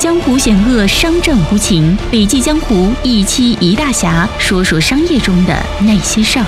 江湖险恶，商战无情。笔记江湖一期一大侠，说说商业中的那些事儿。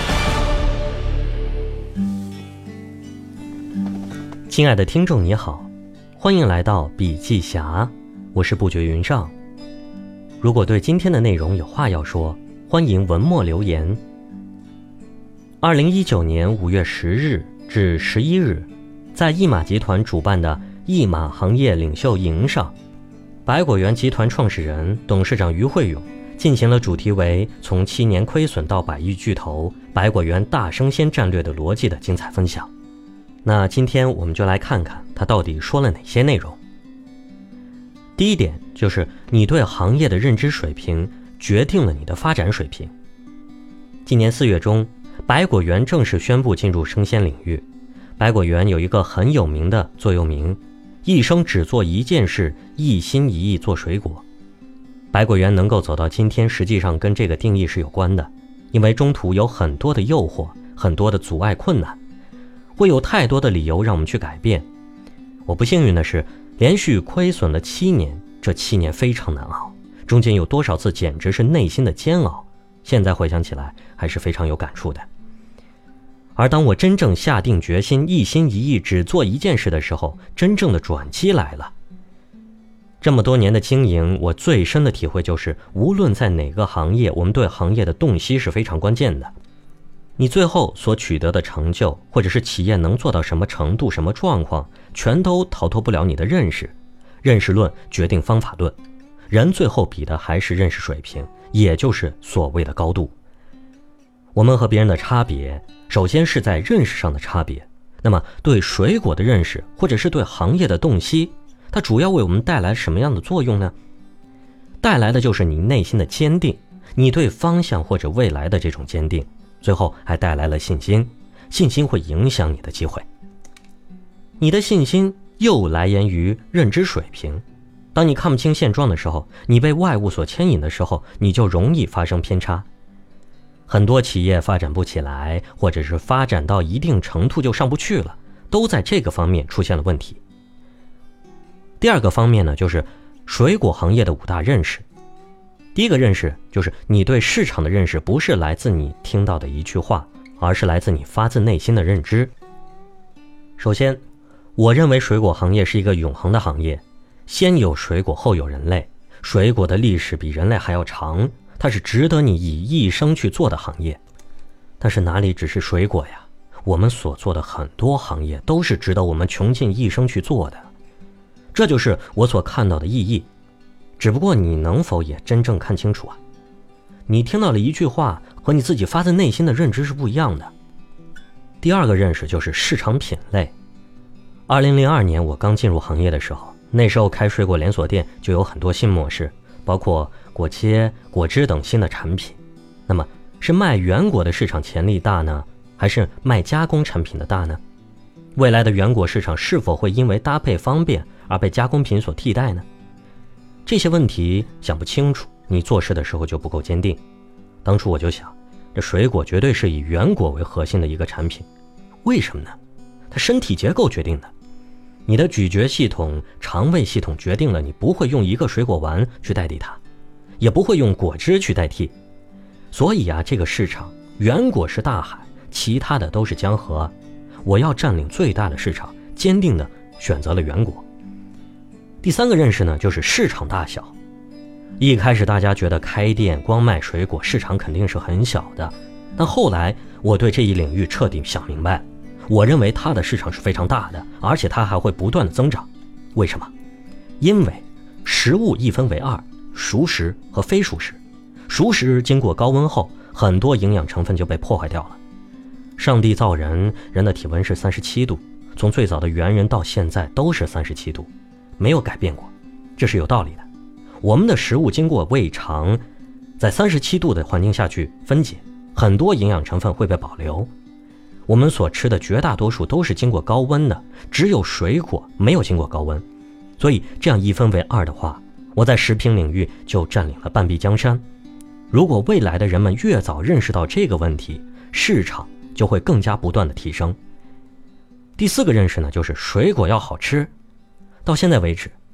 亲爱的听众你好，欢迎来到笔记侠，我是不觉云上。如果对今天的内容有话要说，欢迎文末留言。2019年5月10日至11日，在易马集团主办的易马行业领袖营上，百果园集团创始人、董事长于慧勇进行了主题为从7年亏损到100亿巨头，百果园大生鲜战略的逻辑的精彩分享。那今天我们就来看看他到底说了哪些内容。第一点就是你对行业的认知水平决定了你的发展水平。今年4月中，百果园正式宣布进入生鲜领域。百果园有一个很有名的座右铭，一生只做一件事，一心一意做水果。百果园能够走到今天，实际上跟这个定义是有关的，因为中途有很多的诱惑，很多的阻碍困难，会有太多的理由让我们去改变。我不幸运的是，连续亏损了7年，这7年非常难熬，中间有多少次简直是内心的煎熬，现在回想起来还是非常有感触的。而当我真正下定决心，一心一意只做一件事的时候，真正的转机来了。这么多年的经营，我最深的体会就是，无论在哪个行业，我们对行业的洞悉是非常关键的。你最后所取得的成就，或者是企业能做到什么程度、什么状况，全都逃脱不了你的认识。认识论决定方法论，人最后比的还是认识水平，也就是所谓的高度。我们和别人的差别，首先是在认识上的差别。那么对水果的认识，或者是对行业的洞悉，它主要为我们带来什么样的作用呢？带来的就是你内心的坚定，你对方向或者未来的这种坚定，最后还带来了信心。信心会影响你的机会。你的信心又来源于认知水平。当你看不清现状的时候，你被外物所牵引的时候，你就容易发生偏差。很多企业发展不起来，或者是发展到一定程度就上不去了，都在这个方面出现了问题。第二个方面呢，就是水果行业的5大认识。第一个认识就是你对市场的认识不是来自你听到的一句话，而是来自你发自内心的认知。首先，我认为水果行业是一个永恒的行业，先有水果后有人类，水果的历史比人类还要长，它是值得你以一生去做的行业。但是哪里只是水果呀？我们所做的很多行业都是值得我们穷尽一生去做的。这就是我所看到的意义。只不过你能否也真正看清楚啊？你听到了一句话，和你自己发自内心的认知是不一样的。第二个认识就是市场品类。2002年我刚进入行业的时候，那时候开水果连锁店就有很多新模式，包括果切、果汁等新的产品。那么是卖原果的市场潜力大呢，还是卖加工产品的大呢？未来的原果市场是否会因为搭配方便而被加工品所替代呢？这些问题想不清楚，你做事的时候就不够坚定。当初我就想，这水果绝对是以原果为核心的一个产品。为什么呢？它身体结构决定的。你的咀嚼系统、肠胃系统决定了你不会用一个水果丸去代替它，也不会用果汁去代替。所以啊，这个市场原果是大海，其他的都是江河。我要占领最大的市场，坚定地选择了原果。第三个认识呢，就是市场大小。一开始大家觉得开店光卖水果市场肯定是很小的，但后来我对这一领域彻底想明白，我认为它的市场是非常大的，而且它还会不断的增长。为什么？因为食物一分为2，熟食和非熟食。熟食经过高温后，很多营养成分就被破坏掉了。上帝造人，人的体温是37度，从最早的猿人到现在都是37度，没有改变过，这是有道理的。我们的食物经过胃肠，在37度的环境下去分解，很多营养成分会被保留。我们所吃的绝大多数都是经过高温的，只有水果没有经过高温。所以这样一分为2的话，我在食品领域就占领了半壁江山。如果未来的人们越早认识到这个问题，市场就会更加不断的提升。第4个认识呢，就是水果要好吃。到现在为止，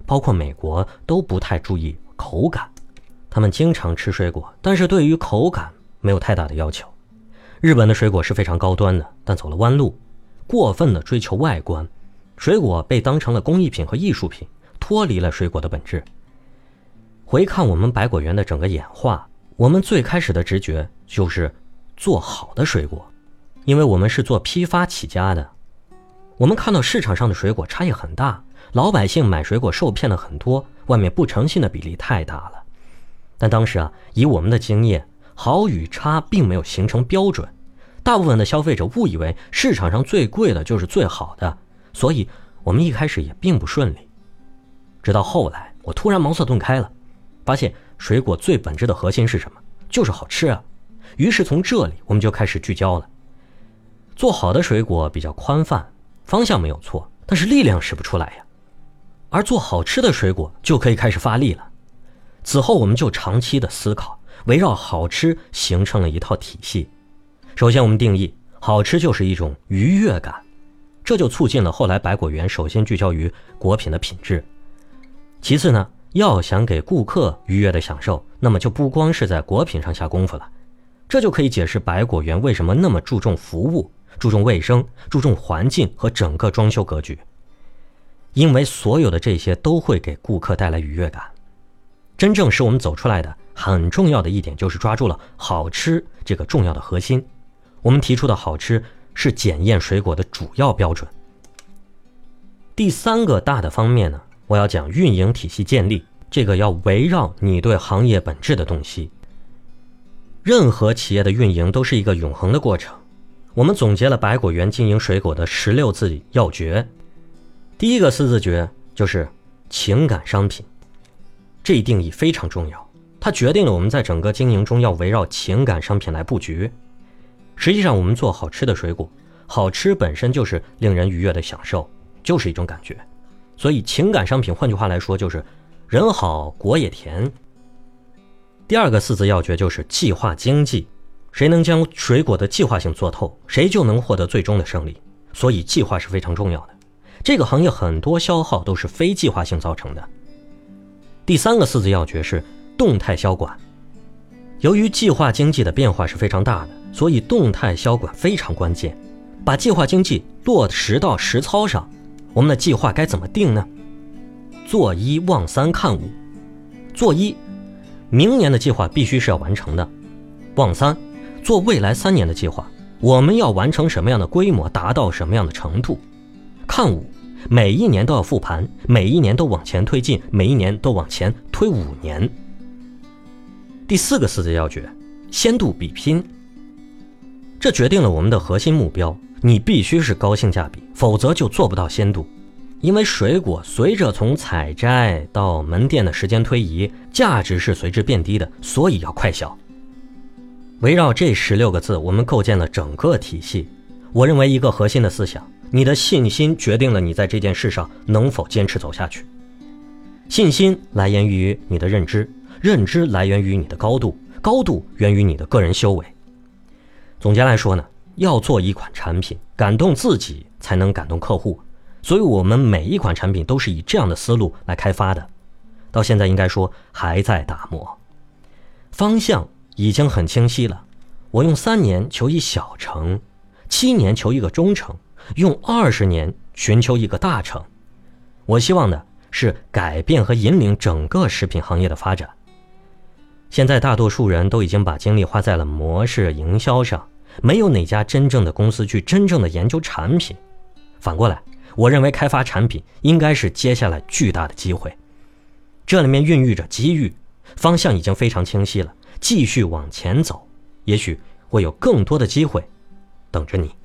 包括美国都不太注意口感，他们经常吃水果，但是对于口感没有太大的要求。日本的水果是非常高端的，但走了弯路，过分的追求外观，水果被当成了工艺品和艺术品，脱离了水果的本质。回看我们百果园的整个演化，我们最开始的直觉就是做好的水果，因为我们是做批发起家的。我们看到市场上的水果差异很大，老百姓买水果受骗了很多，外面不诚信的比例太大了。但当时以我们的经验，好与差并没有形成标准，大部分的消费者误以为市场上最贵的就是最好的，所以我们一开始也并不顺利。直到后来，我突然茅塞顿开了，发现水果最本质的核心是什么？就是好吃啊。于是从这里我们就开始聚焦了。做好的水果比较宽泛，方向没有错，但是力量使不出来呀。而做好吃的水果就可以开始发力了。此后我们就长期的思考，围绕好吃形成了一套体系。首先我们定义好吃就是一种愉悦感，这就促进了后来百果园首先聚焦于果品的品质。其次呢，要想给顾客愉悦的享受，那么就不光是在果品上下功夫了。这就可以解释百果园为什么那么注重服务，注重卫生，注重环境和整个装修格局。因为所有的这些都会给顾客带来愉悦感。真正使我们走出来的很重要的一点，就是抓住了好吃这个重要的核心。我们提出的好吃是检验水果的主要标准。第三个大的方面呢，我要讲运营体系建立，这个要围绕你对行业本质的洞悉。任何企业的运营都是一个永恒的过程。我们总结了百果园经营水果的16字要诀。第一个4字诀就是情感商品，这一定义非常重要，它决定了我们在整个经营中要围绕情感商品来布局。实际上我们做好吃的水果，好吃本身就是令人愉悦的享受，就是一种感觉。所以情感商品换句话来说就是人好果也甜。第二个4字要诀就是计划经济，谁能将水果的计划性做透，谁就能获得最终的胜利。所以计划是非常重要的，这个行业很多消耗都是非计划性造成的。第三个4字要诀是动态销管。由于计划经济的变化是非常大的，所以动态销管非常关键。把计划经济落实到实操上，我们的计划该怎么定呢？做1望3看5。做1，明年的计划必须是要完成的。望3，做未来3年的计划，我们要完成什么样的规模，达到什么样的程度。看5，每一年都要复盘，每一年都往前推进，每一年都往前推5年。第4个4字要诀，鲜度比拼。这决定了我们的核心目标，你必须是高性价比，否则就做不到鲜度。因为水果随着从采摘到门店的时间推移，价值是随之变低的，所以要快销。围绕这16个字，我们构建了整个体系。我认为一个核心的思想，你的信心决定了你在这件事上能否坚持走下去。信心来源于你的认知，认知来源于你的高度，高度源于你的个人修为。总结来说呢，要做一款产品，感动自己才能感动客户。所以我们每一款产品都是以这样的思路来开发的，到现在应该说还在打磨。方向已经很清晰了，我用3年求一小成，7年求一个中成，用20年寻求一个大成。我希望的是改变和引领整个食品行业的发展。现在大多数人都已经把精力花在了模式营销上，没有哪家真正的公司去真正的研究产品。反过来，我认为开发产品应该是接下来巨大的机会，这里面孕育着机遇，方向已经非常清晰了，继续往前走，也许会有更多的机会等着你。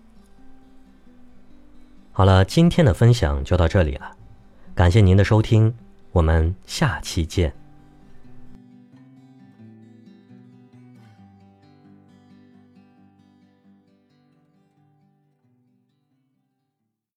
好了，今天的分享就到这里了，感谢您的收听，我们下期见。